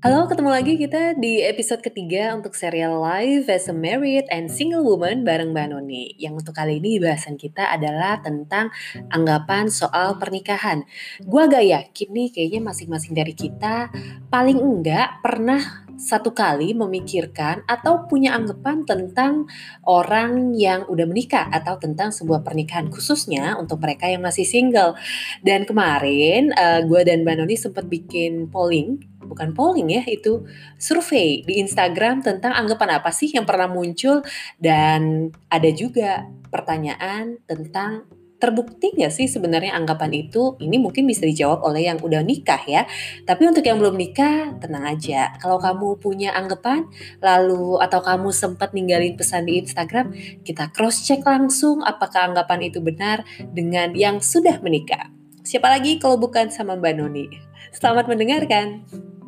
Halo, ketemu lagi kita di episode ketiga untuk serial Live as a Married and Single Woman bareng Mbak Noni. Yang untuk kali ini bahasan kita adalah tentang anggapan soal pernikahan. Gua agak yakin nih kayaknya masing-masing dari kita paling enggak pernah satu kali memikirkan atau punya anggapan tentang orang yang udah menikah atau tentang sebuah pernikahan khususnya untuk mereka yang masih single. Dan kemarin gue dan Mbak Noni sempat bikin bukan polling ya, itu survei di Instagram tentang anggapan apa sih yang pernah muncul, dan ada juga pertanyaan tentang terbukti nggak sih sebenarnya anggapan itu. Ini mungkin bisa dijawab oleh yang udah nikah ya, tapi untuk yang belum nikah tenang aja, kalau kamu punya anggapan lalu atau kamu sempat ninggalin pesan di Instagram, kita cross check langsung apakah anggapan itu benar dengan yang sudah menikah. Siapa lagi kalau bukan sama Mbak Noni. Selamat mendengarkan.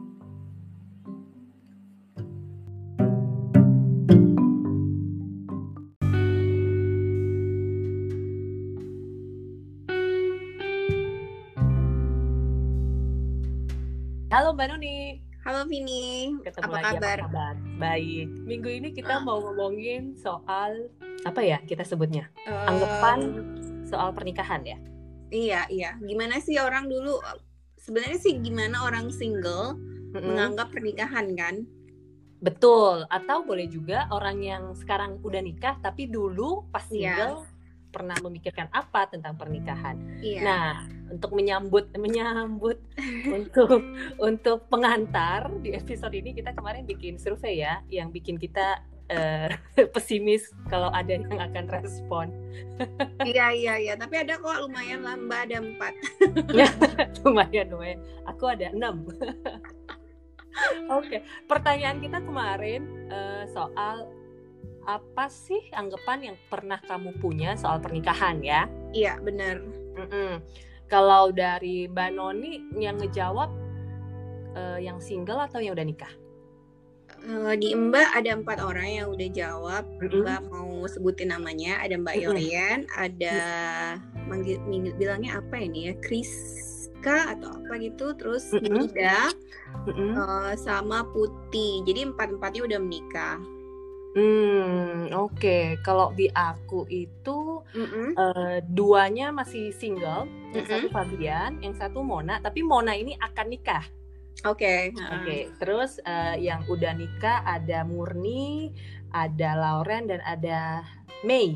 Halo Mbak Noni. Halo Vini, Ketemu apa lagi, kabar? apa kabar? Baik. Minggu ini kita mau ngomongin soal apa ya kita sebutnya? Anggapan soal pernikahan ya. Iya. Gimana sih orang dulu? Sebenarnya sih gimana orang single menganggap pernikahan kan? Betul. Atau boleh juga orang yang sekarang udah nikah tapi dulu pas single pernah memikirkan apa tentang pernikahan. Iya. Nah, untuk menyambut untuk pengantar di episode ini, kita kemarin bikin survei ya, yang bikin kita pesimis kalau ada yang akan respon. Iya. Tapi ada kok lumayan lah, Mbak, ada 4. lumayan. Aku ada 6. Oke. Pertanyaan kita kemarin soal apa sih anggapan yang pernah kamu punya soal pernikahan ya? Iya, benar. Kalau dari Mbak Noni yang ngejawab yang single atau yang udah nikah? Di Mbak ada 4 orang yang udah jawab. Mbak mau sebutin namanya. Ada Mbak Yorian, ada bilangnya apa ini ya? Kriska atau apa gitu. Terus Nida, sama Putih. Jadi 4-4-nya udah menikah. Oke. Kalau di aku itu 2-nya masih single, yang satu Fabian, yang satu Mona. Tapi Mona ini akan nikah. Oke. Terus yang udah nikah ada Murni, ada Lauren, dan ada Mei.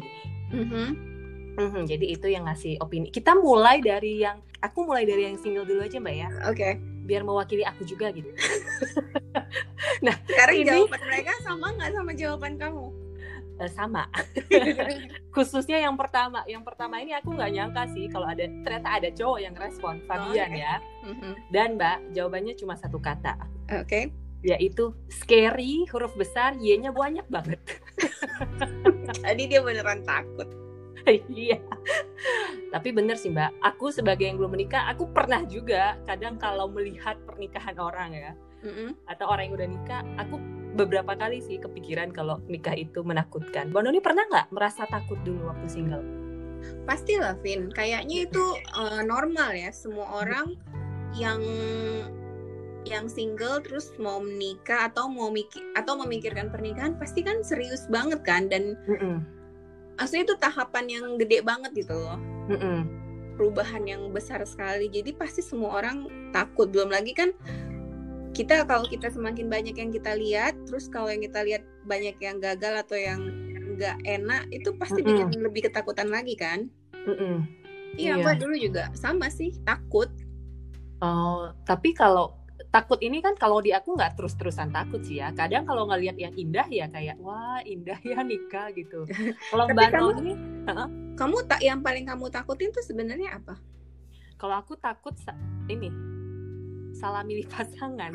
Jadi itu yang ngasih opini. Aku mulai dari yang single dulu aja Mbak ya. Oke. Biar mewakili aku juga gitu. Nah, sekarang jawaban mereka sama nggak sama jawaban kamu? Sama. Khususnya yang pertama ini aku nggak nyangka sih kalau ternyata ada cowok yang respon, Fabian ya. Dan Mbak, jawabannya cuma satu kata. Oke. Yaitu scary, huruf besar, Y-nya banyak banget. Jadi dia beneran takut. Iya. Tapi bener sih Mbak, aku sebagai yang belum menikah, aku pernah juga kadang kalau melihat pernikahan orang ya, atau orang yang udah nikah, aku beberapa kali sih kepikiran kalau nikah itu menakutkan. Mbak Noni pernah nggak merasa takut dulu waktu single? Pastilah Vin, kayaknya itu normal ya, semua orang yang single terus mau menikah atau memikirkan pernikahan pasti kan serius banget kan, dan maksudnya itu tahapan yang gede banget gitu loh. Perubahan yang besar sekali. Jadi pasti semua orang takut. Belum lagi kan kalau kita semakin banyak yang kita lihat, terus kalau yang kita lihat banyak yang gagal atau yang nggak enak, itu pasti bikin lebih ketakutan lagi kan. Iya, Mbak dulu juga sama sih, takut. Oh, tapi kalau takut ini kan kalau di aku nggak terus-terusan takut sih ya. Kadang kalau ngelihat yang indah ya kayak wah indah ya nikah gitu. Kalau Mbak Noni, yang paling kamu takutin tuh sebenarnya apa? Kalau aku takut ini salah milih pasangan.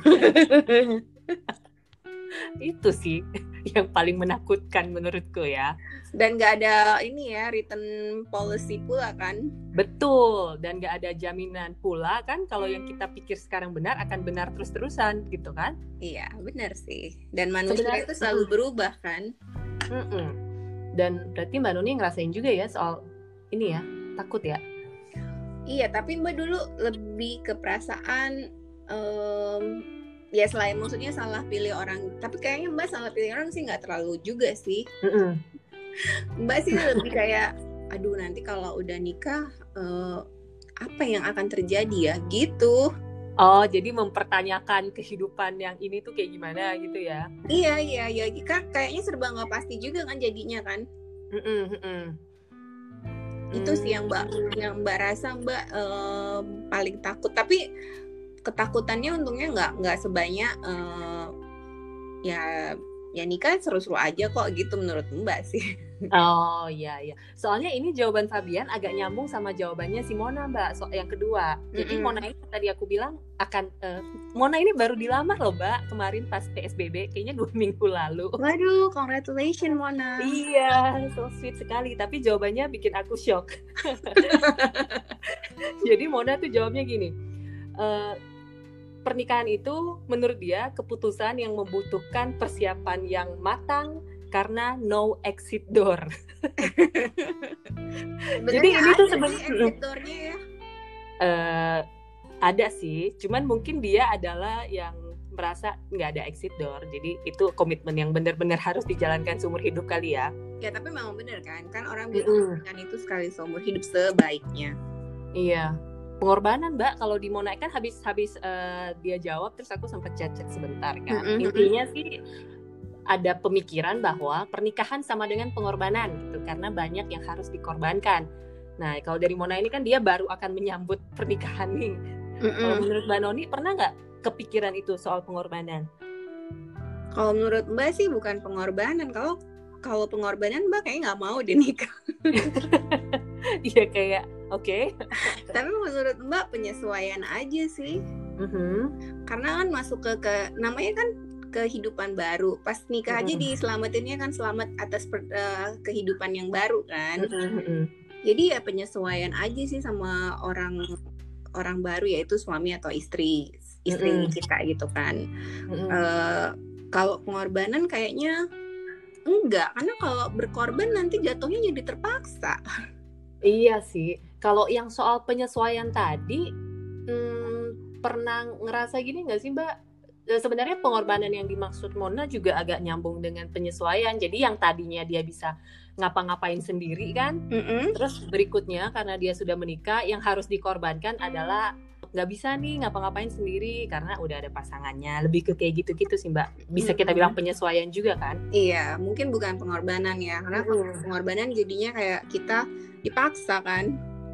Itu sih yang paling menakutkan menurutku ya. Dan nggak ada ini ya, written policy pula kan? Betul, dan nggak ada jaminan pula kan kalau yang kita pikir sekarang benar akan benar terus-terusan gitu kan? Iya, benar sih. Dan manusia itu selalu berubah kan? Dan berarti Mbak Nuni ngerasain juga ya soal ini ya, takut ya? Iya, tapi Mbak dulu lebih ke perasaan Ya selain maksudnya salah pilih orang, tapi kayaknya Mbak salah pilih orang sih nggak terlalu juga sih. Mbak sih lebih kayak, aduh nanti kalau udah nikah apa yang akan terjadi ya gitu. Oh, jadi mempertanyakan kehidupan yang ini tuh kayak gimana gitu ya? Iya, kan kayaknya serba nggak pasti juga kan jadinya kan. Itu sih yang Mbak rasa Mbak paling takut. Tapi ketakutannya untungnya nggak sebanyak ya nikah seru-seru aja kok gitu menurut Mbak sih. Oh iya. Soalnya ini jawaban Fabian agak nyambung sama jawabannya si Mona Mbak, yang kedua. Jadi Mona ini tadi aku bilang akan Mona ini baru dilamar loh Mbak kemarin pas PSBB, kayaknya 2 minggu lalu. Waduh, congratulations Mona. Iya, so sweet sekali. Tapi jawabannya bikin aku shock. Jadi Mona tuh jawabnya gini. Pernikahan itu menurut dia keputusan yang membutuhkan persiapan yang matang karena no exit door. Jadi ini tuh sebenarnya exit doornya ya. Ada sih, cuman mungkin dia adalah yang merasa nggak ada exit door. Jadi itu komitmen yang benar-benar harus dijalankan seumur hidup kali ya. Ya tapi memang benar kan orang bilang kan itu sekali seumur hidup sebaiknya. Iya. Pengorbanan Mbak, kalau di Mona kan habis dia jawab terus aku sempat chat sebentar kan. Intinya sih ada pemikiran bahwa pernikahan sama dengan pengorbanan gitu, karena banyak yang harus dikorbankan. Nah kalau dari Mona ini kan dia baru akan menyambut pernikahan nih. Kalau menurut Mbak Noni pernah nggak kepikiran itu soal pengorbanan? Kalau menurut Mbak sih bukan pengorbanan. Kalau pengorbanan Mbak kayaknya nggak mau deh nikah. Iya kayak oke. Tapi menurut Mbak penyesuaian aja sih. Karena kan masuk ke namanya kan kehidupan baru. Pas nikah aja diselamatinnya kan selamat atas kehidupan yang baru kan. Jadi ya penyesuaian aja sih sama orang baru, yaitu suami atau istri kita gitu kan. Kalau pengorbanan kayaknya enggak, karena kalau berkorban nanti jatuhnya jadi terpaksa. Iya sih. Kalau yang soal penyesuaian tadi, pernah ngerasa gini nggak sih Mbak? Sebenarnya pengorbanan yang dimaksud Mona juga agak nyambung dengan penyesuaian. Jadi yang tadinya dia bisa ngapa-ngapain sendiri kan, terus berikutnya karena dia sudah menikah, yang harus dikorbankan adalah nggak bisa nih ngapa-ngapain sendiri karena udah ada pasangannya. Lebih ke kayak gitu-gitu sih Mbak. Bisa kita bilang penyesuaian juga kan? Iya, mungkin bukan pengorbanan ya, karena pengorbanan jadinya kayak kita dipaksa kan.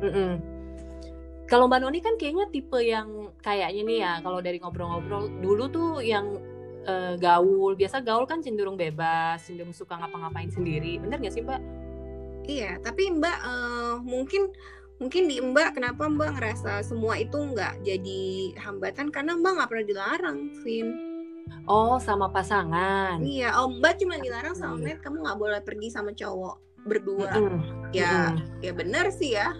Kalau Mbak Noni kan kayaknya tipe yang kayaknya nih ya, kalau dari ngobrol-ngobrol dulu tuh yang gaul. Biasa gaul kan cenderung bebas, cenderung suka ngapa-ngapain sendiri. Bener gak sih Mbak? Iya, tapi Mbak mungkin di Mbak kenapa Mbak ngerasa semua itu nggak jadi hambatan karena Mbak nggak pernah dilarang, Vin. Oh, sama pasangan. Iya, Mbak cuma dilarang sama Matt, kamu nggak boleh pergi sama cowok berdua. Ya benar sih ya.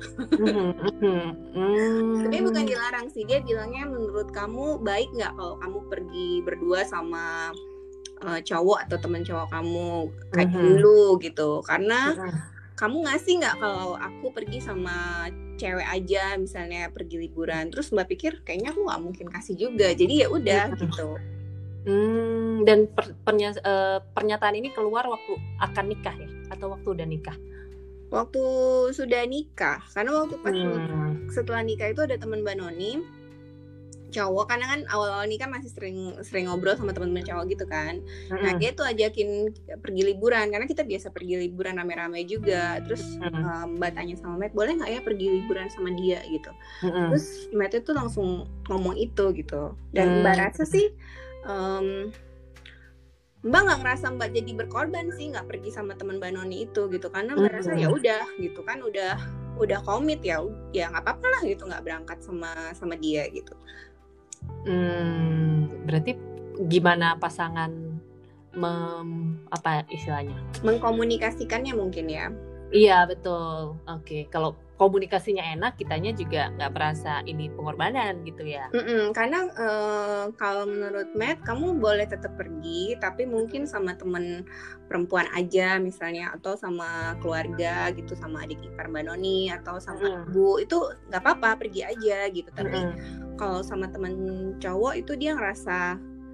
Tapi bukan dilarang sih, dia bilangnya menurut kamu baik nggak kalau kamu pergi berdua sama cowok atau teman cowok kamu kayak dulu gitu, karena kamu ngasih nggak kalau aku pergi sama cewek aja misalnya pergi liburan. Terus Mbak pikir kayaknya aku nggak mungkin kasih juga, jadi ya udah gitu. Dan pernyataan ini keluar waktu akan nikah ya, atau waktu udah nikah? Waktu sudah nikah, karena waktu pas setelah nikah itu ada teman Mbak Noni cowok, karena kan awal-awal nikah masih sering ngobrol sama teman-teman cowok gitu kan. Nah dia tuh ajakin pergi liburan, karena kita biasa pergi liburan rame-rame juga. Terus Mbak tanya sama Matt, boleh nggak ya pergi liburan sama dia gitu. Terus Matt itu langsung ngomong itu gitu. Dan Mbak rasa sih Mbak nggak ngerasa Mbak jadi berkorban sih nggak pergi sama teman Mbak Noni itu gitu, karena Mbak rasa ya udah gitu kan, udah komit ya nggak apa-apa lah gitu, nggak berangkat sama dia gitu. Berarti gimana pasangan apa istilahnya? Mengkomunikasikannya mungkin ya. Iya betul. Oke, kalau komunikasinya enak, kitanya juga nggak merasa ini pengorbanan gitu ya. Karena kalau menurut Matt, kamu boleh tetap pergi, tapi mungkin sama teman perempuan aja misalnya, atau sama keluarga gitu, sama adik ipar Mbak Noni atau sama ibu, itu nggak apa-apa pergi aja gitu. Tapi kalau sama teman cowok itu dia ngerasa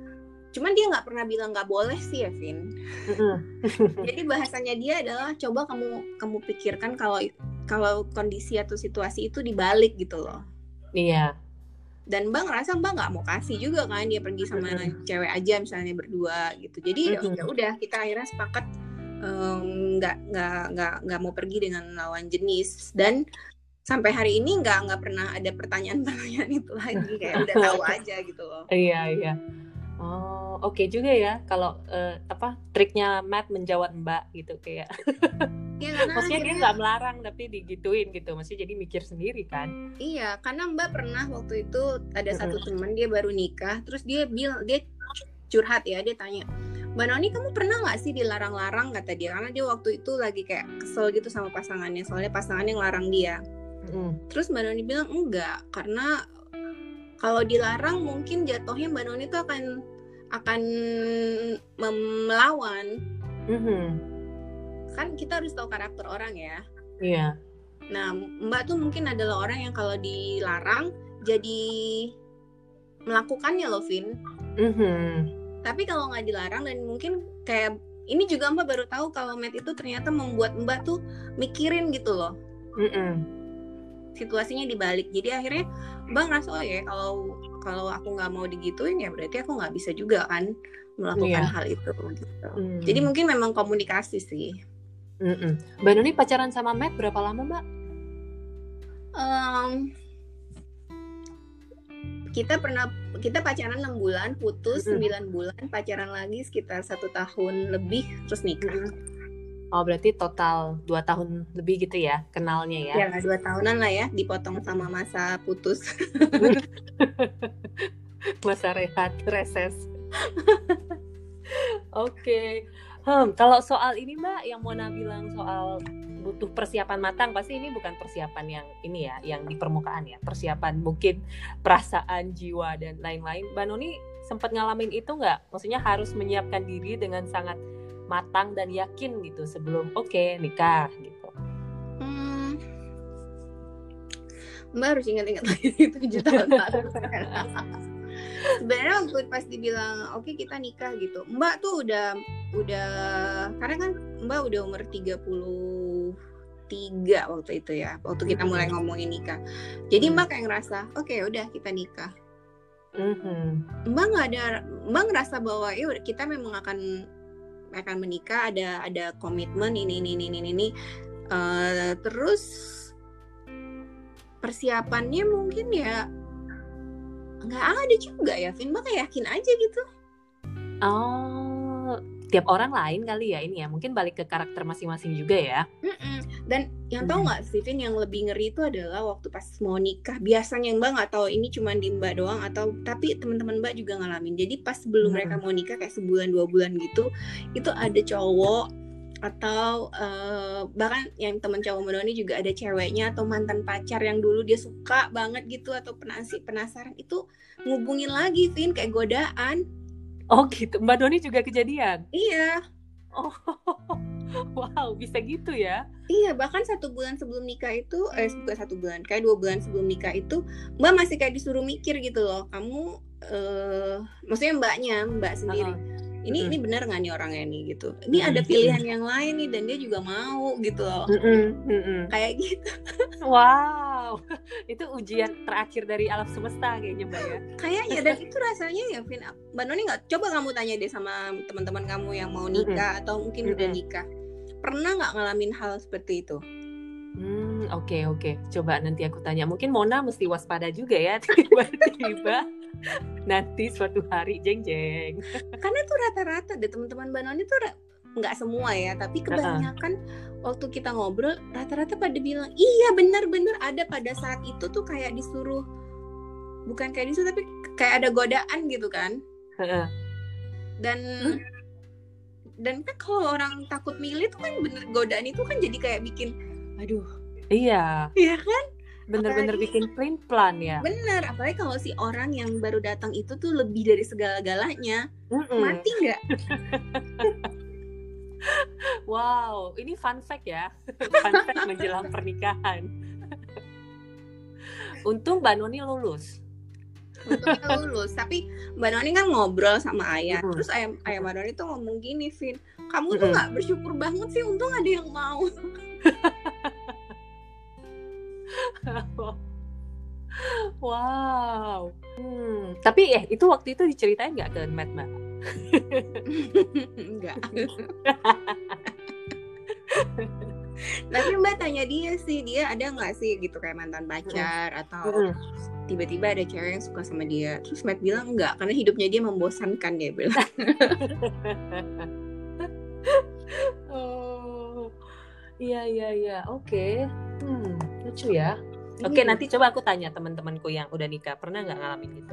Cuman dia nggak pernah bilang nggak boleh sih ya, Vin. Jadi bahasanya dia adalah coba kamu pikirkan kalau kondisi atau situasi itu dibalik gitu loh. Iya. Dan Mbak ngerasa Mbak nggak mau kasih juga kan, dia pergi sama cewek aja misalnya berdua gitu. Jadi ya udah kita akhirnya sepakat nggak mau pergi dengan lawan jenis, dan sampai hari ini nggak pernah ada pertanyaan itu lagi, kayak udah tahu aja gitu loh. Iya. Oh, oke juga ya kalau triknya Matt menjawab Mbak gitu kayak. Ya, maksudnya dia nggak melarang tapi digituin gitu, maksudnya jadi mikir sendiri kan. Iya, karena Mbak pernah waktu itu ada satu teman dia baru nikah, terus dia curhat ya, dia tanya, Mbak Noni kamu pernah nggak sih dilarang-larang, kata dia, karena dia waktu itu lagi kayak kesel gitu sama pasangannya, soalnya pasangannya ngelarang dia. Terus Mbak Noni bilang enggak, karena kalau dilarang mungkin jatuhnya Mbak Noni itu akan melawan. Kan kita harus tahu karakter orang ya. Iya. Nah, Mbak tuh mungkin adalah orang yang kalau dilarang jadi melakukannya loh, Vin. Tapi kalau nggak dilarang, dan mungkin kayak ini juga Mbak baru tahu kalau Matt itu ternyata membuat Mbak tuh mikirin gitu loh. Situasinya dibalik. Jadi akhirnya Mbak ngerasa oh ya kalau aku nggak mau digituin ya berarti aku nggak bisa juga kan melakukan hal itu gitu. Jadi mungkin memang komunikasi sih. Mbak Noni pacaran sama Matt berapa lama, Mbak? Kita pacaran 6 bulan, putus 9 bulan, pacaran lagi sekitar 1 tahun lebih, terus nikah. Oh, berarti total 2 tahun lebih gitu ya kenalnya ya? Ya, 2 tahunan lah ya, dipotong sama masa putus. Masa reses. Oke. Kalau soal ini Mbak, yang Mona bilang soal butuh persiapan matang, pasti ini bukan persiapan yang ini ya, yang di permukaan ya, persiapan mungkin perasaan, jiwa dan lain-lain. Mbak Noni sempat ngalamin itu nggak? Maksudnya harus menyiapkan diri dengan sangat matang dan yakin gitu sebelum nikah gitu. Mbak harus ingat-ingat lagi itu 7 tahun lalu. Sebenarnya waktu pas dibilang oke, kita nikah gitu, Mbak tuh udah karena kan Mbak udah umur 33 waktu itu ya, waktu kita mulai ngomongin nikah. Jadi Mbak kayak ngerasa oke, udah kita nikah. Mbak ngerasa bahwa ya kita memang akan menikah, ada komitmen ini. Terus persiapannya mungkin ya nggak ada juga ya, Vin. Mbak kayak yakin aja gitu. Oh, tiap orang lain kali ya ini ya, mungkin balik ke karakter masing-masing juga ya. Dan yang tahu nggak sih, Vin, yang lebih ngeri itu adalah waktu pas mau nikah. Biasanya Mbak nggak tahu ini cuma di Mbak doang tapi teman-teman Mbak juga ngalamin. Jadi pas sebelum mereka mau nikah kayak sebulan 2 bulan gitu, itu ada cowok atau bahkan yang teman cowok Mbak Noni juga ada ceweknya atau mantan pacar yang dulu dia suka banget gitu atau penasaran, itu ngubungin lagi, Vin, kayak godaan. Oh gitu, Mbak Noni juga kejadian? Iya. Oh, wow, bisa gitu ya? Iya, bahkan 1 bulan sebelum nikah itu, bukan 1 bulan, kayak 2 bulan sebelum nikah itu, Mbak masih kayak disuruh mikir gitu loh. Kamu, maksudnya Mbak sendiri. Ini benar nggak nih orangnya nih gitu. Ini ada pilihan yang lain nih dan dia juga mau gitu loh. Kayak gitu. Wow, itu ujian terakhir dari alam semesta kayaknya Mbak ya. Kayaknya, dan itu rasanya ya, Vin, Mbak Noni nggak, coba kamu tanya deh sama teman-teman kamu yang mau nikah atau mungkin udah nikah, pernah nggak ngalamin hal seperti itu? Oke. Coba nanti aku tanya. Mungkin Mona mesti waspada juga ya, tiba-tiba nanti suatu hari jeng. Karena tuh rata-rata deh teman-teman Mbak Noni tuh nggak semua ya, tapi kebanyakan waktu kita ngobrol rata-rata pada bilang iya benar-benar ada pada saat itu tuh kayak disuruh, bukan kayak disuruh tapi kayak ada godaan gitu kan. Dan kan kalau orang takut milih tuh kan bener, godaan itu kan jadi kayak bikin aduh. Iya kan? Bener-bener bikin plan ya. Bener, apalagi kalau si orang yang baru datang itu tuh lebih dari segala-galanya. Mati nggak? Wow, ini fun fact ya. Fun fact menjelang pernikahan. Untung Mbak Noni lulus. Untungnya lulus. Tapi Mbak Noni kan ngobrol sama ayah. Terus ayah Mbak Noni tuh ngomong gini, Vin, kamu tuh nggak bersyukur banget sih, untung ada yang mau. Wow. Tapi itu waktu itu diceritain nggak ke Matt, Mbak? Enggak. Tapi Mbak tanya dia sih, dia ada nggak sih gitu kayak mantan pacar atau tiba-tiba ada cewek yang suka sama dia. Terus Matt bilang enggak, karena hidupnya dia membosankan, dia bilang. Oh, iya, oke. Lucu ya. Oke, nanti coba aku tanya teman-temanku yang udah nikah, pernah nggak ngalamin gitu?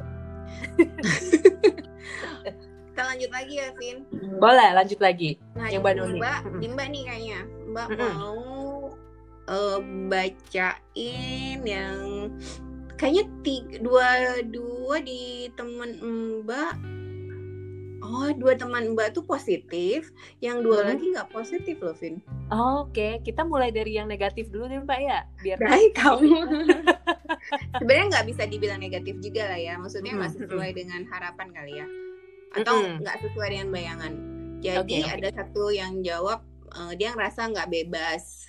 Kita lanjut lagi ya, Vin. Boleh, lanjut lagi. Nah, yang Mbak Noni. Mbak nih kayaknya. Mbak mau bacain yang kayaknya dua di temen Mbak. Oh, 2 teman Mbak tuh positif, yang 2 lagi nggak positif loh, Vin. Oke, kita mulai dari yang negatif dulu deh, Mbak ya, biar baik kamu. Sebenarnya nggak bisa dibilang negatif juga lah ya, maksudnya nggak sesuai dengan harapan kali ya, atau nggak sesuai dengan bayangan. Jadi ada satu yang jawab dia ngerasa nggak bebas.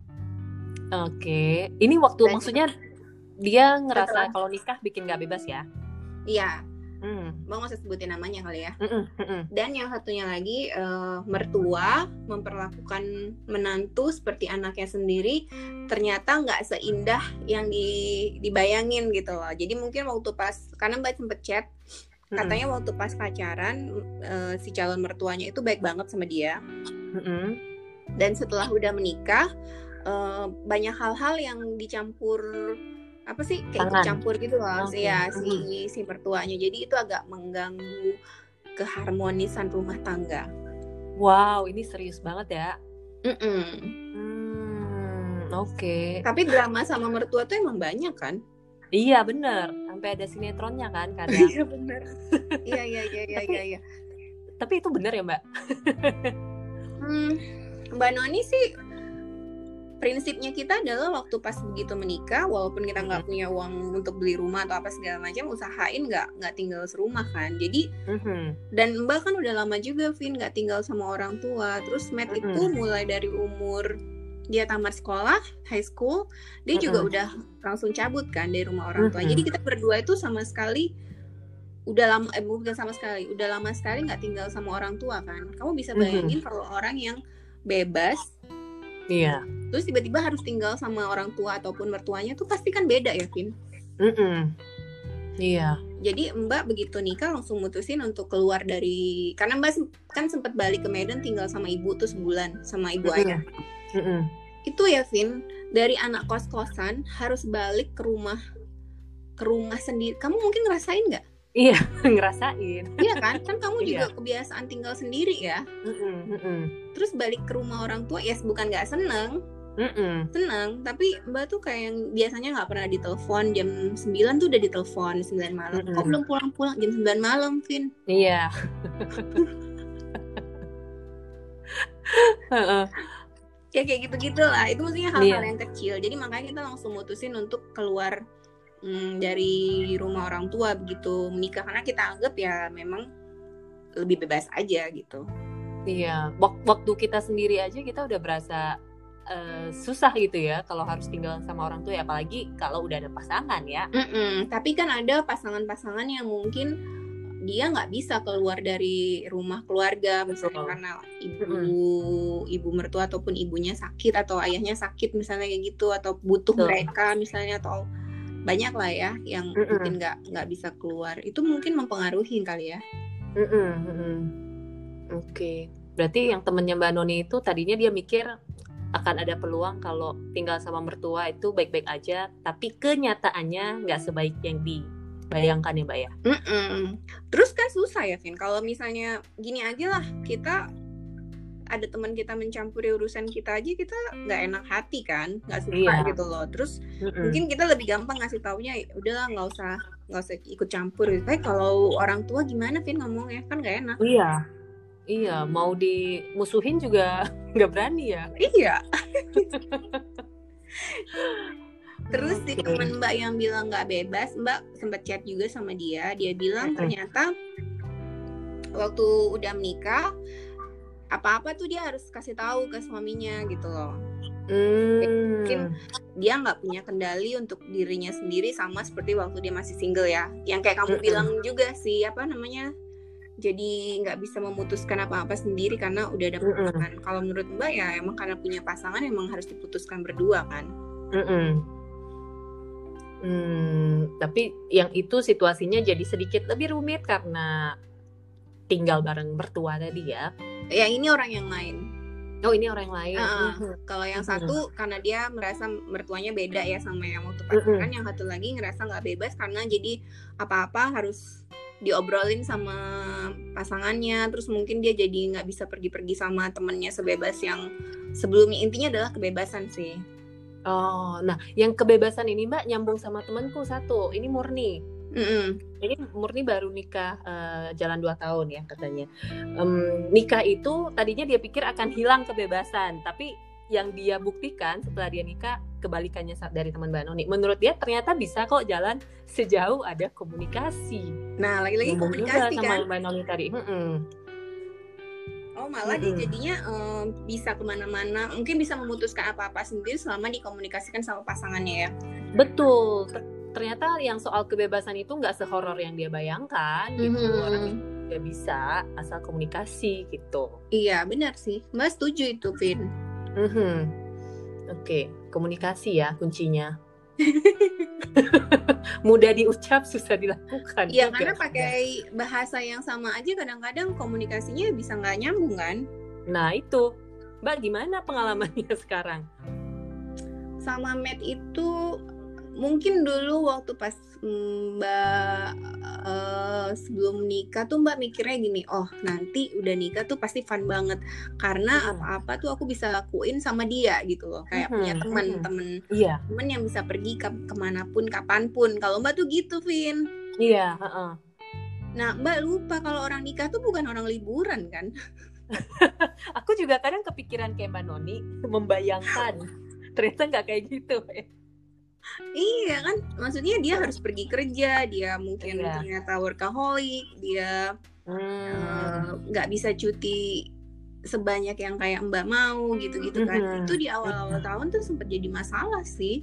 Oke, ini waktu maksudnya dia ngerasa kalau nikah bikin nggak bebas ya? Iya. Bang nggak usah sebutin namanya kali ya. Dan yang satunya lagi mertua memperlakukan menantu seperti anaknya sendiri, ternyata nggak seindah yang dibayangin gitu loh. Jadi mungkin waktu pas, karena Mbak sempet chat, katanya waktu pas pacaran si calon mertuanya itu baik banget sama dia. Dan setelah udah menikah banyak hal-hal yang dicampur, apa sih, kayak ikut campur gitu loh, ya si mertuanya. Jadi itu agak mengganggu keharmonisan rumah tangga. Wow, ini serius banget ya. Oke. Tapi drama sama mertua tuh emang banyak kan? Iya bener, sampai ada sinetronnya kan kadang. Iya bener. Iya. Tapi itu bener ya Mbak? Mbak Noni sih, prinsipnya kita adalah waktu pas begitu menikah, walaupun kita nggak punya uang untuk beli rumah atau apa segala macam, usahain nggak tinggal serumah kan. Jadi dan Mbak kan udah lama juga, Vin, nggak tinggal sama orang tua. Terus Matt itu mulai dari umur dia tamat sekolah high school, dia juga udah langsung cabut kan dari rumah orang tua. Jadi kita berdua itu sama sekali udah lama, udah lama sekali nggak tinggal sama orang tua kan. Kamu bisa bayangin kalau orang yang bebas, iya, terus tiba-tiba harus tinggal sama orang tua ataupun mertuanya tuh pasti kan beda ya, Vin? Iya. Jadi Mbak begitu nikah langsung mutusin untuk keluar dari, karena Mbak kan sempat balik ke Medan tinggal sama ibu tuh sebulan sama ibu ayah. Itu ya, Vin, dari anak kos-kosan harus balik ke rumah sendiri. Kamu mungkin ngerasain nggak? Iya, ngerasain. Iya kan? Kan kamu juga kebiasaan tinggal sendiri ya. Terus balik ke rumah orang tua, ya bukan nggak seneng, tapi Mbak tuh kayak yang biasanya nggak pernah ditelepon, jam 9 tuh udah ditelepon 9 malam. Kok belum pulang-pulang? Jam 9 malam, Vin. Iya. Ya kayak gitu-gitu lah. Itu maksudnya hal-hal yang kecil. Jadi makanya kita langsung mutusin untuk keluar dari rumah orang tua begitu menikah, karena kita anggap ya memang lebih bebas aja gitu. Iya, waktu kita sendiri aja kita udah berasa susah gitu ya kalau harus tinggal sama orang tua ya, apalagi kalau udah ada pasangan ya. Tapi kan ada pasangan-pasangan yang mungkin dia nggak bisa keluar dari rumah keluarga, misalnya karena ibu mertua ataupun ibunya sakit atau ayahnya sakit misalnya kayak gitu, atau butuh mereka misalnya, atau banyak lah ya yang mungkin nggak bisa keluar. Itu mungkin mempengaruhi kali ya. Oke. Berarti yang temennya Mbak Noni itu tadinya dia mikir akan ada peluang kalau tinggal sama mertua itu baik-baik aja, tapi kenyataannya nggak sebaik yang dibayangkan ya Mbak ya. Terus kan susah ya, Vin, kalau misalnya gini aja lah, kita ada teman kita mencampuri urusan kita aja, kita nggak enak hati kan, nggak suka gitu loh. Terus mungkin kita lebih gampang ngasih taunya, udahlah nggak usah ikut campur gitu. Tapi kalau orang tua gimana, Vin, ngomongnya kan nggak enak. Iya, mau dimusuhin juga nggak berani ya. Iya. Terus si teman Mbak yang bilang nggak bebas, Mbak sempat chat juga sama dia bilang ternyata waktu udah menikah apa-apa tuh dia harus kasih tahu ke suaminya gitu loh. Mungkin dia nggak punya kendali untuk dirinya sendiri sama seperti waktu dia masih single ya. Yang kayak kamu bilang juga sih, jadi nggak bisa memutuskan apa-apa sendiri karena udah ada pasangan. Kalau menurut Mbak ya emang karena punya pasangan emang harus diputuskan berdua kan. Tapi yang itu situasinya jadi sedikit lebih rumit karena tinggal bareng mertua tadi ya. Ya ini orang yang lain. Oh ini orang yang lain. Kalau yang satu karena dia merasa mertuanya beda ya sama yang waktu pacaran, yang satu lagi ngerasa nggak bebas karena jadi apa-apa harus diobrolin sama pasangannya, terus mungkin dia jadi nggak bisa pergi-pergi sama temennya sebebas yang sebelumnya. Intinya adalah kebebasan sih. Oh, nah yang kebebasan ini Mbak nyambung sama temanku satu, ini Murni. Ini Murni baru nikah jalan 2 tahun ya katanya. Nikah itu tadinya dia pikir akan hilang kebebasan, tapi yang dia buktikan setelah dia nikah kebalikannya dari teman Mbak Noni. Menurut dia ternyata bisa kok jalan sejauh ada komunikasi. Nah lagi-lagi komunikasi sama kan Mbak Noni tadi. Oh malah dia jadinya bisa kemana-mana, mungkin bisa memutuskan apa-apa sendiri selama dikomunikasikan sama pasangannya ya. Betul. Ternyata yang soal kebebasan itu nggak sehoror yang dia bayangkan gitu. Orang juga bisa asal komunikasi gitu. Iya benar sih, Mbak setuju itu Vin. Oke, komunikasi ya kuncinya. Mudah diucap susah dilakukan. Iya karena pakai bahasa yang sama aja kadang-kadang komunikasinya bisa nggak nyambung kan. Nah itu Mbak gimana pengalamannya sekarang? Sama Matt itu mungkin dulu waktu pas Mbak sebelum nikah tuh Mbak mikirnya gini, oh nanti udah nikah tuh pasti fun banget karena apa-apa tuh aku bisa lakuin sama dia gitu loh, kayak punya temen yang bisa pergi kemanapun kapanpun. Kalau Mbak tuh gitu Vin. Iya. Nah Mbak lupa kalau orang nikah tuh bukan orang liburan kan. Aku juga kadang kepikiran kayak Mbak Noni, membayangkan ternyata nggak kayak gitu ya. Iya kan, maksudnya dia harus pergi kerja, dia mungkin ternyata workaholic, dia nggak bisa cuti sebanyak yang kayak Mbak mau gitu-gitu kan. Itu di awal-awal tahun tuh sempat jadi masalah sih.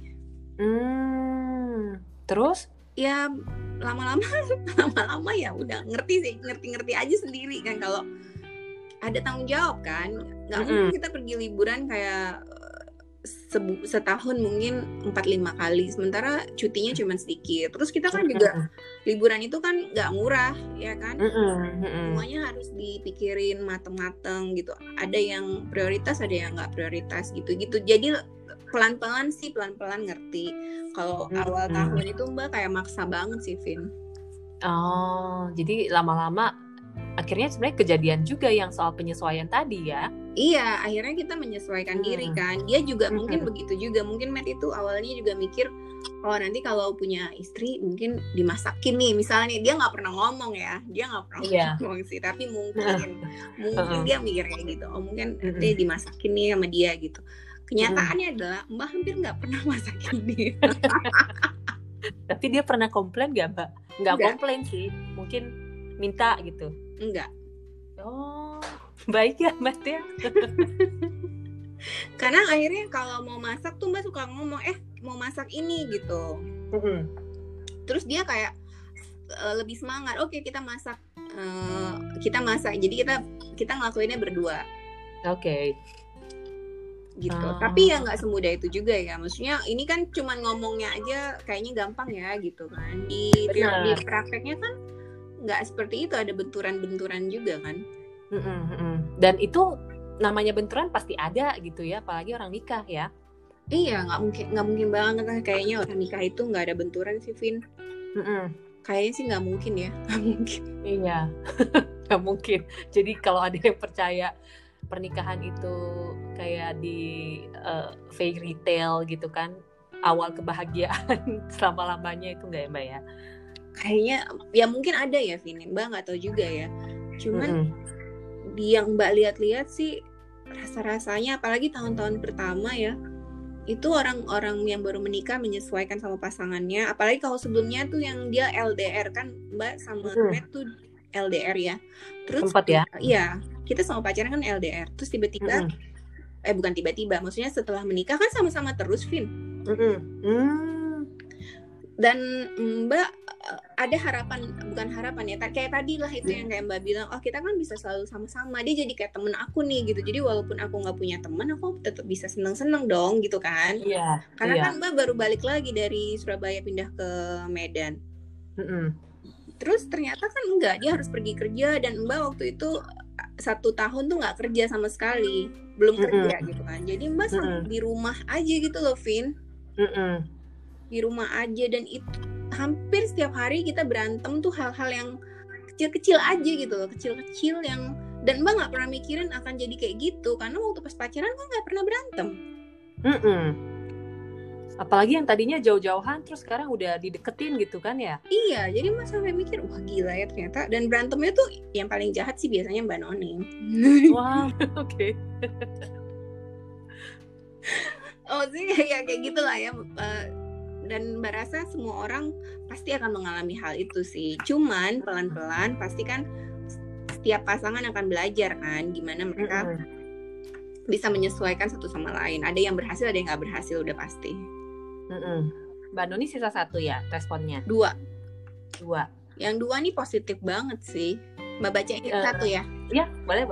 Terus? Ya lama-lama ya udah ngerti aja sendiri kan kalau ada tanggung jawab kan. Nggak mungkin kita pergi liburan kayak setahun mungkin 4-5 kali, sementara cutinya cuma sedikit. Terus kita kan juga liburan itu kan nggak murah ya kan. Semuanya harus dipikirin mateng-mateng gitu. Ada yang prioritas, ada yang nggak prioritas gitu-gitu. Jadi pelan-pelan ngerti. Kalau awal tahun itu Mbak kayak maksa banget sih Vin. Oh, jadi lama-lama akhirnya sebenarnya kejadian juga yang soal penyesuaian tadi ya. Iya, akhirnya kita menyesuaikan diri kan. Dia juga mungkin begitu juga. Mungkin Matt itu awalnya juga mikir, oh nanti kalau punya istri mungkin dimasakin nih. Misalnya dia nggak pernah ngomong ya, dia nggak pernah ngomong sih. Tapi mungkin dia mikir kayak gitu. Oh mungkin nanti dimasakin nih sama dia gitu. Kenyataannya adalah Mbak hampir nggak pernah masakin dia. Tapi dia pernah komplain nggak Mbak? Nggak komplain sih, mungkin minta gitu. Enggak. Oh, baik ya Mbak ya. Karena akhirnya kalau mau masak tuh Mbak suka ngomong, mau masak ini gitu. Terus dia kayak lebih semangat. Oke, kita masak. Jadi kita ngelakuinnya berdua. Oke. Gitu. Tapi ya nggak semudah itu juga ya. Maksudnya ini kan cuman ngomongnya aja kayaknya gampang ya gitu kan. Di prakteknya kan nggak seperti itu, ada benturan-benturan juga kan. Dan itu namanya benturan pasti ada gitu ya, apalagi orang nikah ya. Iya, nggak mungkin banget kayaknya orang nikah itu nggak ada benturan sih Vin. Kayaknya sih nggak mungkin ya, nggak mungkin. Iya, nggak mungkin. Jadi kalau ada yang percaya pernikahan itu kayak di fairy tale gitu kan, awal kebahagiaan selama-lamanya itu nggak ya Mbak ya? Kayaknya ya mungkin ada ya Vin, Mbak nggak tahu juga ya. Cuman yang Mbak lihat-lihat sih rasa-rasanya apalagi tahun-tahun pertama ya, itu orang-orang yang baru menikah menyesuaikan sama pasangannya, apalagi kalau sebelumnya tuh yang dia LDR kan Mbak sama Matt tuh LDR ya. Terus sempat ya? Iya, kita sama pacaran kan LDR. Terus tiba-tiba bukan tiba-tiba, maksudnya setelah menikah kan sama-sama terus, Vin. Dan Mbak ada harapan, bukan harapan ya, kayak tadi lah itu yang kayak Mbak bilang, oh kita kan bisa selalu sama-sama, dia jadi kayak temen aku nih gitu, jadi walaupun aku nggak punya teman, aku tetap bisa seneng-seneng dong gitu kan. Karena kan Mbak baru balik lagi dari Surabaya pindah ke Medan. Terus ternyata kan enggak, dia harus pergi kerja, dan Mbak waktu itu 1 tahun tuh nggak kerja sama sekali, belum kerja gitu kan, jadi Mbak di rumah aja gitu loh, Vin. Di rumah aja, dan itu hampir setiap hari kita berantem tuh hal-hal yang kecil-kecil aja gitu loh, kecil-kecil yang, dan Mbak nggak pernah mikirin akan jadi kayak gitu karena waktu pas pacaran kan nggak pernah berantem. Apalagi yang tadinya jauh-jauhan terus sekarang udah dideketin gitu kan ya. Iya, jadi Mbak sampai mikir wah gila ya ternyata, dan berantemnya tuh yang paling jahat sih biasanya Mbak Noni. Wow, oke. Oh sih ya kayak gitulah ya. Dan Mbak rasa semua orang pasti akan mengalami hal itu sih. Cuman pelan-pelan pasti kan setiap pasangan akan belajar kan gimana mereka bisa menyesuaikan satu sama lain. Ada yang berhasil, ada yang nggak berhasil, udah pasti. Mbak Noni sisa 1 ya responnya? 2. Yang 2 nih positif banget sih. Mbak bacain 1 ya? Iya, boleh.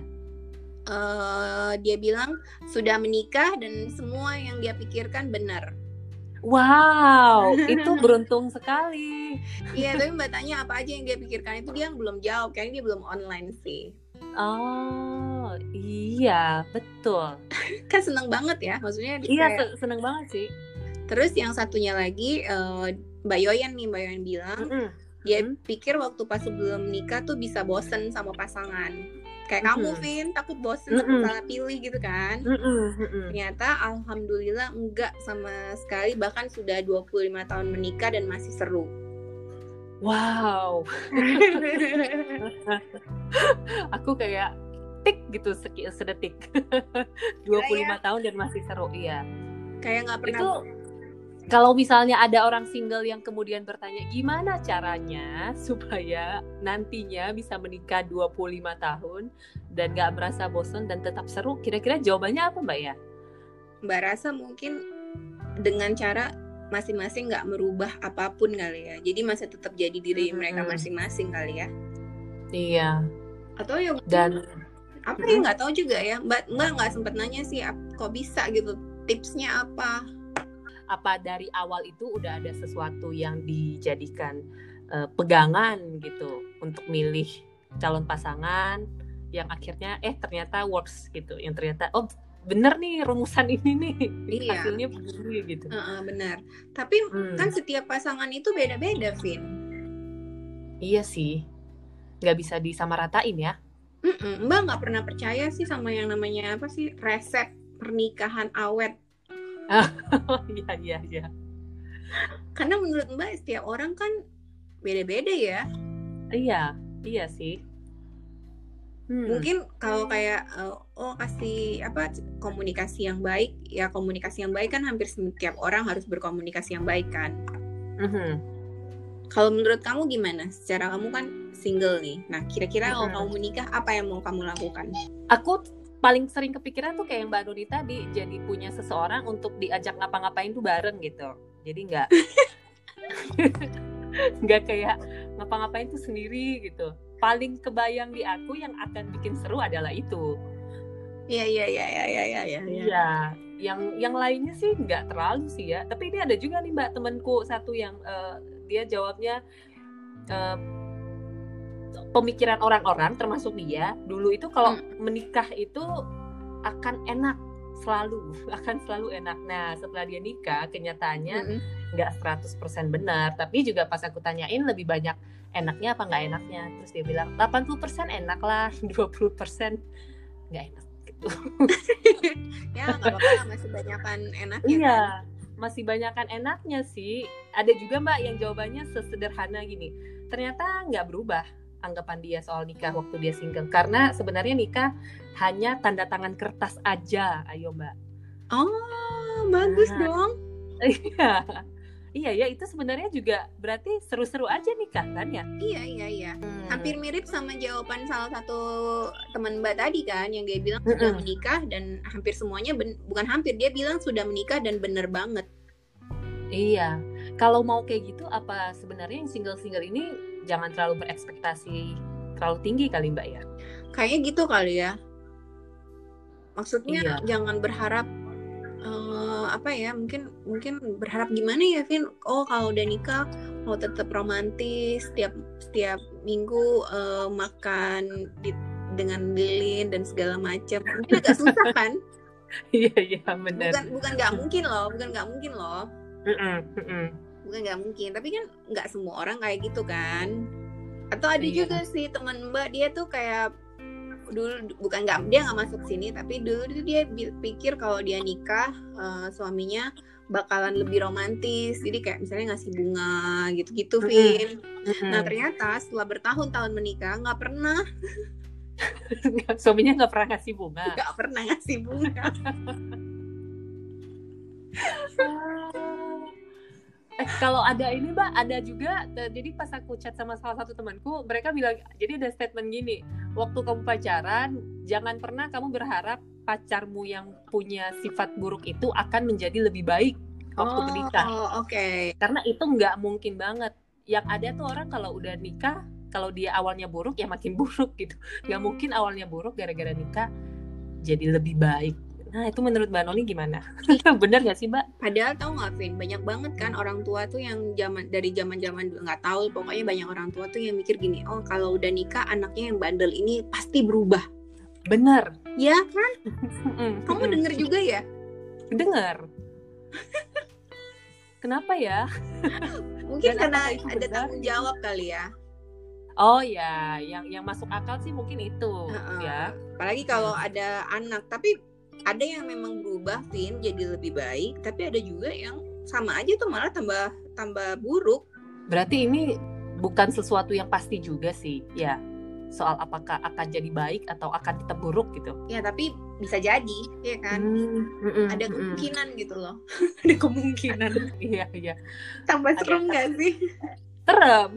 Dia bilang sudah menikah dan semua yang dia pikirkan benar. Wow, itu beruntung sekali. Iya, tapi Mbak tanya apa aja yang dia pikirkan, itu dia belum jawab, kayaknya dia belum online sih. Oh, iya, betul. Kan seneng banget ya, maksudnya. Iya, seneng banget sih. Terus yang satunya lagi, Mbak Yoyan bilang, dia pikir waktu pas sebelum nikah tuh bisa bosen sama pasangan. Kayak kamu, Vin, takut bosen atau salah pilih gitu kan. Ternyata alhamdulillah enggak sama sekali, bahkan sudah 25 tahun menikah dan masih seru. Wow. Aku kayak tik gitu sedetik. 25 tahun dan masih seru, iya. Kayak nggak pernah. Itu kalau misalnya ada orang single yang kemudian bertanya gimana caranya supaya nantinya bisa menikah 25 tahun dan gak merasa bosan dan tetap seru, kira-kira jawabannya apa Mbak ya? Mbak rasa mungkin dengan cara masing-masing gak merubah apapun kali ya. Jadi masih tetap jadi diri mereka masing-masing kali ya. Iya. Atau ya dan apa ya nggak tahu juga ya. Mbak nggak sempat nanya sih kok bisa gitu, tipsnya apa dari awal itu udah ada sesuatu yang dijadikan pegangan gitu untuk milih calon pasangan yang akhirnya ternyata works gitu, yang ternyata bener nih rumusan ini nih, hasilnya begini gitu. Benar. Tapi kan setiap pasangan itu beda-beda, Vin. Iya sih, nggak bisa disamaratain ya. Mbak nggak pernah percaya sih sama yang namanya apa sih resep pernikahan awet. Iya. Karena menurut Mbak setiap orang kan beda-beda ya. Iya sih. Mungkin kalau kayak kasih komunikasi yang baik, ya komunikasi yang baik kan hampir setiap orang harus berkomunikasi yang baik kan. Kalau menurut kamu gimana? Secara kamu kan single nih. Nah kira-kira kalau kamu menikah apa yang mau kamu lakukan? Aku paling sering kepikiran tuh kayak Mbak Nuri tadi, jadi punya seseorang untuk diajak ngapa-ngapain tuh bareng gitu. Jadi nggak kayak ngapa-ngapain tuh sendiri gitu. Paling kebayang di aku yang akan bikin seru adalah itu. Iya. Yang lainnya sih nggak terlalu sih ya. Tapi ini ada juga nih Mbak temanku satu yang dia jawabnya pemikiran orang-orang termasuk dia dulu itu kalau menikah itu akan enak, akan selalu enak. Nah setelah dia nikah kenyataannya nggak 100% benar, tapi juga pas aku tanyain lebih banyak enaknya apa nggak enaknya, terus dia bilang 80% enak lah, 20% nggak enak gitu. Ya nggak apa-apa, masih banyakan enaknya. Iya kan? Masih banyakan enaknya sih. Ada juga Mbak yang jawabannya sesederhana gini, ternyata nggak berubah anggapan dia soal nikah waktu dia single, karena sebenarnya nikah hanya tanda tangan kertas aja. Ayo Mbak. Oh bagus dong. Iya ya, itu sebenarnya juga berarti seru-seru aja nikah kan ya? Iya. Hampir mirip sama jawaban salah satu teman Mbak tadi kan, yang dia bilang sudah menikah dan hampir semuanya bukan hampir, dia bilang sudah menikah dan bener banget. Iya, kalau mau kayak gitu apa sebenarnya yang single-single ini jangan terlalu berekspektasi terlalu tinggi kali Mbak ya? Kayaknya gitu kali ya. Maksudnya jangan berharap mungkin berharap gimana ya, Vin? Oh, kalau udah nikah mau tetap romantis, setiap minggu makan dengan lilin dan segala macam. Mungkin agak susah kan? Iya benar. Bukan nggak mungkin loh. Bukan nggak mungkin, tapi kan nggak semua orang kayak gitu kan. Atau ada juga sih teman Mbak, dia tuh kayak dulu dia nggak masuk sini, tapi dulu dia pikir kalau dia nikah suaminya bakalan lebih romantis, jadi kayak misalnya ngasih bunga gitu-gitu, Vin. Nah ternyata setelah bertahun-tahun menikah nggak pernah. Suaminya nggak pernah ngasih bunga. Nggak pernah ngasih bunga. Kalau ada ini Mbak, ada juga. Jadi pas aku chat sama salah satu temanku, mereka bilang, jadi ada statement gini, waktu kamu pacaran, jangan pernah kamu berharap pacarmu yang punya sifat buruk itu akan menjadi lebih baik waktu menikah. Okay. Karena itu nggak mungkin banget. Yang ada tuh orang kalau udah nikah, kalau dia awalnya buruk ya makin buruk gitu. Nggak mungkin awalnya buruk gara-gara nikah jadi lebih baik. Nah itu menurut Mbak Noni gimana? Bener gak sih Mbak? Padahal tahu nggak, Vin, banyak banget kan orang tua tuh yang dari zaman nggak tahu, pokoknya banyak orang tua tuh yang mikir gini, oh kalau udah nikah anaknya yang bandel ini pasti berubah. Bener. Ya kan? Kamu denger juga ya? Dengar. Kenapa ya? Mungkin karena ada tanggung jawab kali ya. Oh ya, yang masuk akal sih mungkin itu ya. Apalagi kalau ada anak, tapi ada yang memang berubah, Vin, jadi lebih baik, tapi ada juga yang sama aja tuh malah tambah buruk. Berarti ini bukan sesuatu yang pasti juga sih, ya. Soal apakah akan jadi baik atau akan tetap buruk gitu. Ya, tapi bisa jadi, ya kan? Ada kemungkinan gitu loh. Ada kemungkinan. Iya. Tambah serem nggak sih? Serem.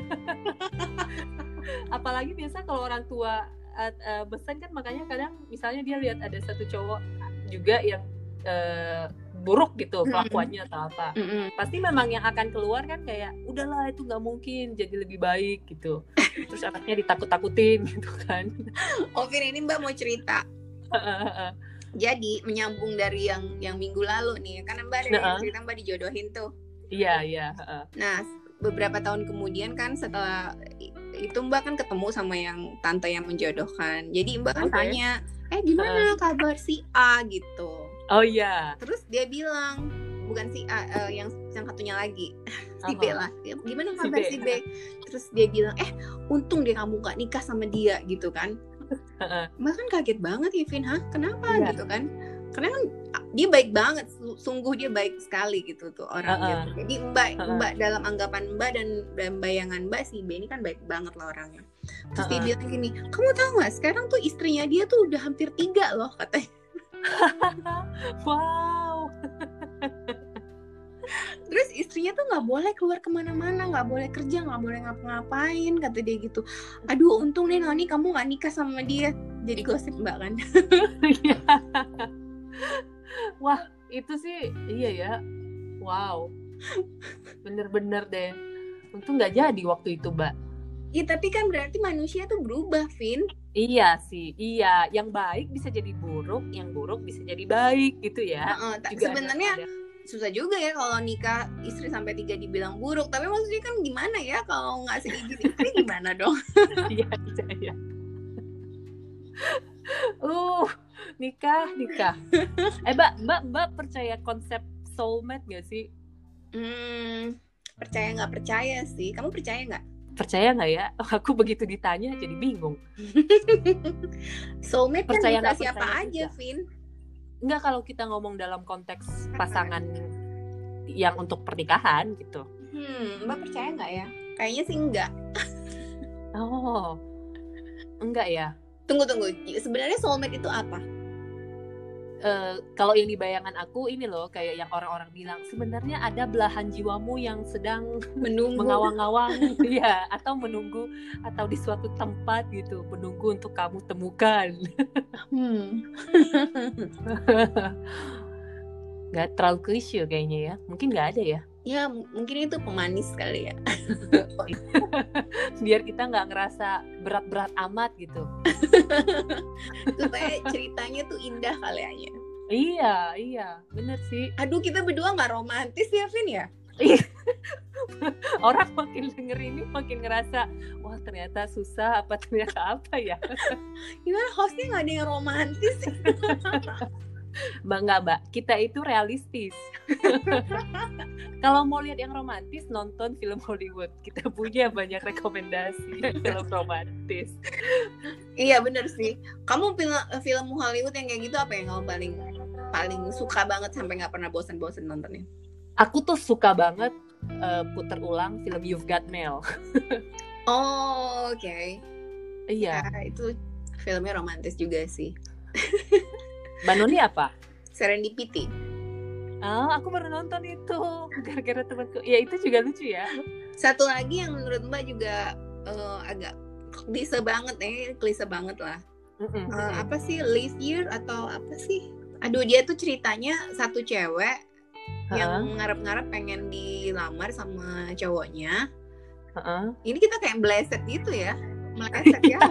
Apalagi biasa kalau orang tua pesan kan, makanya kadang misalnya dia lihat ada satu cowok juga yang buruk gitu kelakuannya atau apa, pasti memang yang akan keluar kan kayak udahlah itu nggak mungkin jadi lebih baik gitu, terus anaknya ditakut-takutin gitu kan. Vin, ini Mbak mau cerita. Jadi menyambung dari yang minggu lalu nih, kan Mbak ada cerita Mbak dijodohin tuh. Iya. Nah beberapa tahun kemudian kan setelah itu Mbak kan ketemu sama yang tante yang menjodohkan. Jadi Mbak kan tanya, gimana kabar si A gitu. Oh iya. Terus dia bilang, bukan si A, yang satunya lagi, si B lah. Gimana kabar si B? Terus dia bilang, untung deh kamu gak nikah sama dia gitu kan. Mbak kan kaget banget ya, Vin, kenapa gitu kan. Karena kan dia baik banget, sungguh dia baik sekali gitu tuh orangnya. Jadi Mbak dalam anggapan Mbak dan bayangan Mbak, si B ini kan baik banget lah orangnya. Terus dia bilang gini, kamu tahu nggak sekarang tuh istrinya dia tuh udah hampir 3 loh katanya. Wow. Terus istrinya tuh nggak boleh keluar kemana-mana, nggak boleh kerja, nggak boleh ngapa-ngapain, kata dia gitu. Aduh untung nih Noni kamu nggak nikah sama dia. Jadi gosip Mbak kan. Wah itu sih iya ya. Wow. Bener-bener deh. Untung nggak jadi waktu itu Mbak. Iya tapi kan berarti manusia tuh berubah, Vin. Iya sih, iya. Yang baik bisa jadi buruk, yang buruk bisa jadi baik gitu ya. Sebenarnya susah juga ya kalau nikah istri sampai 3 dibilang buruk. Tapi maksudnya kan gimana ya kalau nggak seizin istri gimana dong? Iya. Nikah. Mbak percaya konsep soulmate gak sih? Percaya nggak percaya sih. Kamu percaya nggak? Percaya nggak ya? Aku begitu ditanya jadi bingung. Soulmate percaya kan bisa siapa aja, Vin? Enggak, kalau kita ngomong dalam konteks pasangan yang untuk pernikahan gitu. Mbak percaya nggak ya? Kayaknya sih enggak. Oh, enggak ya? Tunggu. Sebenarnya soulmate itu apa? kalau yang di bayangan aku ini loh, kayak yang orang-orang bilang sebenarnya ada belahan jiwamu yang sedang menunggu, mengawang-awang, ya, atau menunggu, atau di suatu tempat gitu, menunggu untuk kamu temukan. Nggak terlalu klise kayaknya ya, mungkin nggak ada ya. Ya mungkin itu pemanis kali ya. Biar kita nggak ngerasa berat-berat amat gitu. Supaya ceritanya tuh indah kali ya. Iya, bener sih. Aduh, kita berdua nggak romantis ya, Vin ya? Orang makin denger ini makin ngerasa, wah ternyata susah, apa ternyata apa ya. Gimana hostnya nggak ada yang romantis? Mbak, kita itu realistis. Kalau mau lihat yang romantis, nonton film Hollywood. Kita punya banyak rekomendasi film romantis. Iya bener sih. Kamu film Hollywood yang kayak gitu apa yang kamu paling suka banget sampai nggak pernah bosan-bosan nontonnya? Aku tuh suka banget puter ulang film You've Got Mail. Oh, oke. Iya. Ya, itu filmnya romantis juga sih. Mbak Noni apa? Serendipity. Oh, aku baru nonton itu gara-gara temanku. Ya itu juga lucu ya. Satu lagi yang menurut Mbak juga agak klise banget lah. Apa sih, Live Year atau apa sih? Aduh, dia tuh ceritanya satu cewek yang ngarep-ngarep pengen dilamar sama cowoknya. Ini kita kayak meleset gitu ya, meleset ya.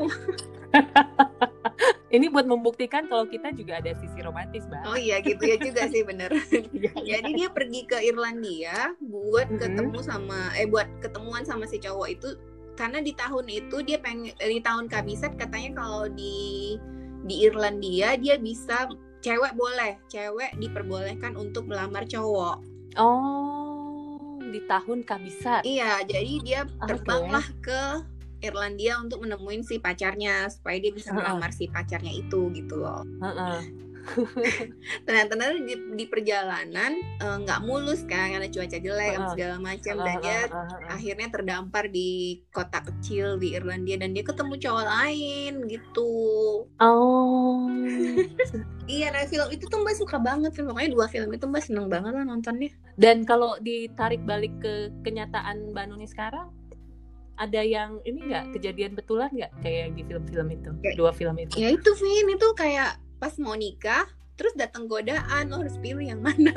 Ini buat membuktikan kalau kita juga ada sisi romantis, Mbak. Oh iya gitu ya juga sih, bener. Jadi dia pergi ke Irlandia buat ketemuan sama si cowok itu, karena di tahun itu dia pengen, di tahun kabisat katanya kalau di Irlandia dia bisa cewek diperbolehkan untuk melamar cowok. Oh, di tahun kabisat. Iya, jadi dia terbanglah ke Irlandia untuk menemuin si pacarnya supaya dia bisa melamar si pacarnya itu gitu loh. Ternyata di perjalanan nggak mulus kan, karena cuaca jelek segala macam, dan dia akhirnya terdampar di kota kecil di Irlandia dan dia ketemu cowok lain gitu. Oh. Iya, nah film itu tuh Mbak suka banget, pokoknya 2 film itu Mbak seneng banget lah nontonnya. Dan kalau ditarik balik ke kenyataan Mbak Nuni sekarang, ada yang ini nggak, kejadian betulan nggak kayak di film-film itu, 2 film itu? Ya itu Vin, itu kayak pas mau nikah terus datang godaan, lo harus pilih yang mana.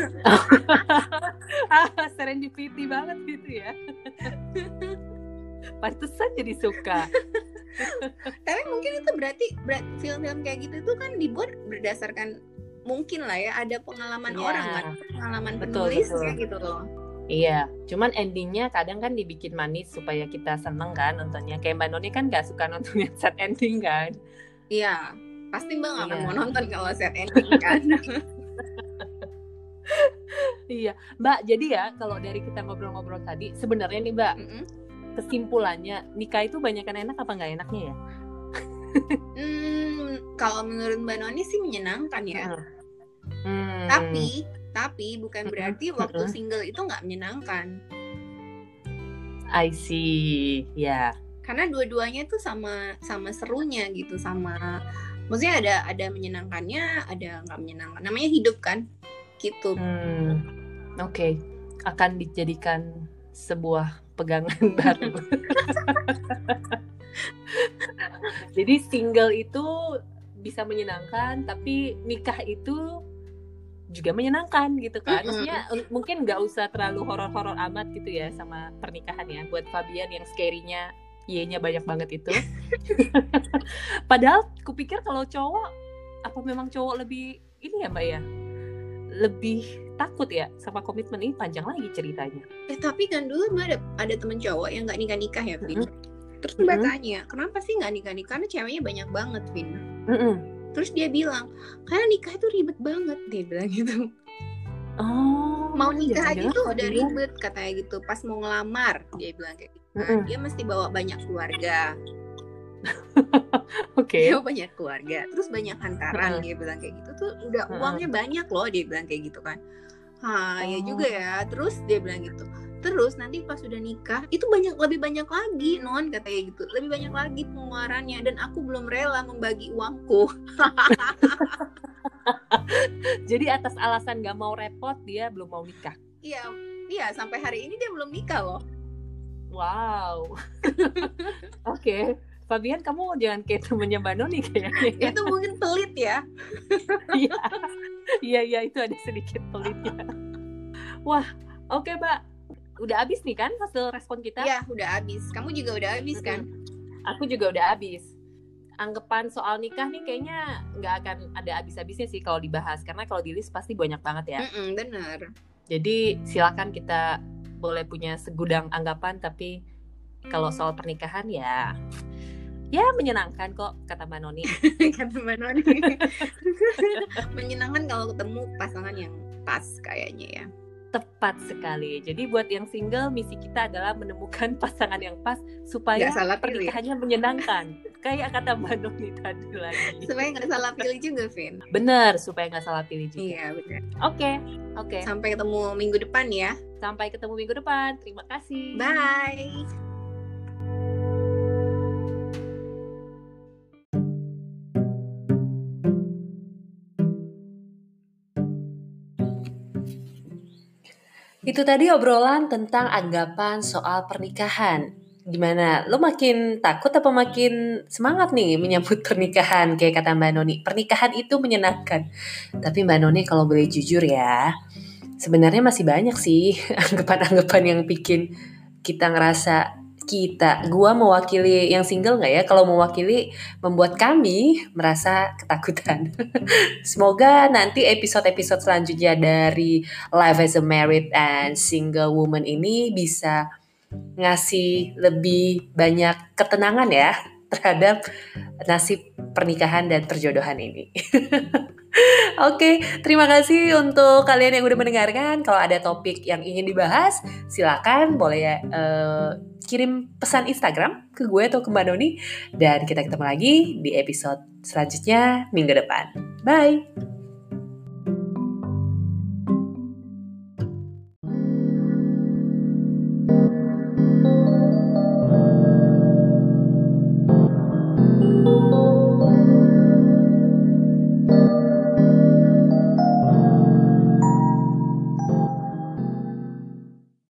Serendipity banget gitu ya. Pantesan jadi suka. Tapi mungkin itu berarti film-film kayak gitu itu kan dibuat berdasarkan, mungkin lah ya, ada pengalaman orang kan, pengalaman penulisnya gitu loh. Iya, cuman endingnya kadang kan dibikin manis supaya kita seneng kan nontonnya. Kayak Mbak Noni kan gak suka nonton yang sad ending kan? Iya, pasti Mbak gak akan mau nonton kalau sad ending kan. Iya, Mbak, jadi ya kalau dari kita ngobrol-ngobrol tadi, sebenarnya nih Mbak, kesimpulannya nikah itu banyakan enak apa nggak enaknya ya? Kalau menurut Mbak Noni sih menyenangkan ya. Tapi bukan berarti waktu single itu nggak menyenangkan. I see, ya. Karena dua-duanya tuh sama serunya gitu, maksudnya ada menyenangkannya, ada nggak menyenangkan. Namanya hidup kan, gitu. Oke. Akan dijadikan sebuah pegangan baru. Jadi single itu bisa menyenangkan, tapi nikah itu juga menyenangkan gitu kan. Maksudnya mungkin nggak usah terlalu horor-horor amat gitu ya sama pernikahan ya. Buat Fabian yang scary-nya Y-nya banyak banget itu. Padahal kupikir kalau cowok, apa memang cowok lebih ini ya Mbak ya, lebih takut ya sama komitmen. Ini panjang lagi ceritanya. Tapi kan dulu Mbak ada temen cowok yang nggak nikah ya Vin. Terus Mbak tanya, kenapa sih nggak nikah? Karena ceweknya banyak banget Vin. Terus dia bilang, karena nikah itu ribet banget, dia bilang gitu. Oh, mau nikah aja tuh udah ribet katanya gitu. Pas mau ngelamar dia bilang kayak gitu. Dia mesti bawa banyak keluarga. Oke. Dia banyak keluarga, terus banyak hantaran, dia bilang kayak gitu tuh udah uangnya banyak loh, dia bilang kayak gitu kan. Ya juga ya. Terus dia bilang gitu. Terus nanti pas sudah nikah itu lebih banyak lagi non, katanya gitu, lebih banyak lagi pengeluarannya dan aku belum rela membagi uangku. Jadi atas alasan gak mau repot dia belum mau nikah. Iya, sampai hari ini dia belum nikah loh. Wow. Oke. Fabian, kamu jangan kayak temennya Mbak Noni kayaknya. Itu mungkin pelit ya. Iya, itu ada sedikit pelitnya. Wah, oke Mbak. Udah habis nih kan hasil respon kita? Iya, udah habis. Kamu juga udah habis kan? Aku juga udah habis. Anggapan soal nikah nih kayaknya nggak akan ada habis-habisnya sih kalau dibahas. Karena kalau di list pasti banyak banget ya. Bener. Jadi silakan kita boleh punya segudang anggapan. Tapi kalau soal pernikahan ya menyenangkan kok, kata Mbak Noni. Kata Mbak Noni. Menyenangkan kalau ketemu pasangan yang pas kayaknya ya. Tepat sekali. Jadi buat yang single, misi kita adalah menemukan pasangan yang pas supaya pernikahannya menyenangkan. Kayak kata Mbak Noni tadi lagi. Supaya nggak salah pilih juga, Vin. Bener, supaya nggak salah pilih juga. Iya, bener. Oke. Sampai ketemu minggu depan ya. Sampai ketemu minggu depan. Terima kasih. Bye. Itu tadi obrolan tentang anggapan soal pernikahan. Gimana? Lo makin takut apa makin semangat nih menyambut pernikahan? Kayak kata Mbak Noni, pernikahan itu menyenangkan. Tapi Mbak Noni kalau boleh jujur ya, sebenarnya masih banyak sih anggapan-anggapan yang bikin kita ngerasa gua mewakili yang single gak ya? Kalau mewakili membuat kami merasa ketakutan. Semoga nanti episode-episode selanjutnya dari Life as a Married and Single Woman ini bisa ngasih lebih banyak ketenangan ya terhadap nasib pernikahan dan perjodohan ini. Oke, terima kasih untuk kalian yang udah mendengarkan. Kalau ada topik yang ingin dibahas, silakan boleh ya kirim pesan Instagram ke gue atau ke Mbak Noni. Dan kita ketemu lagi di episode selanjutnya minggu depan. Bye!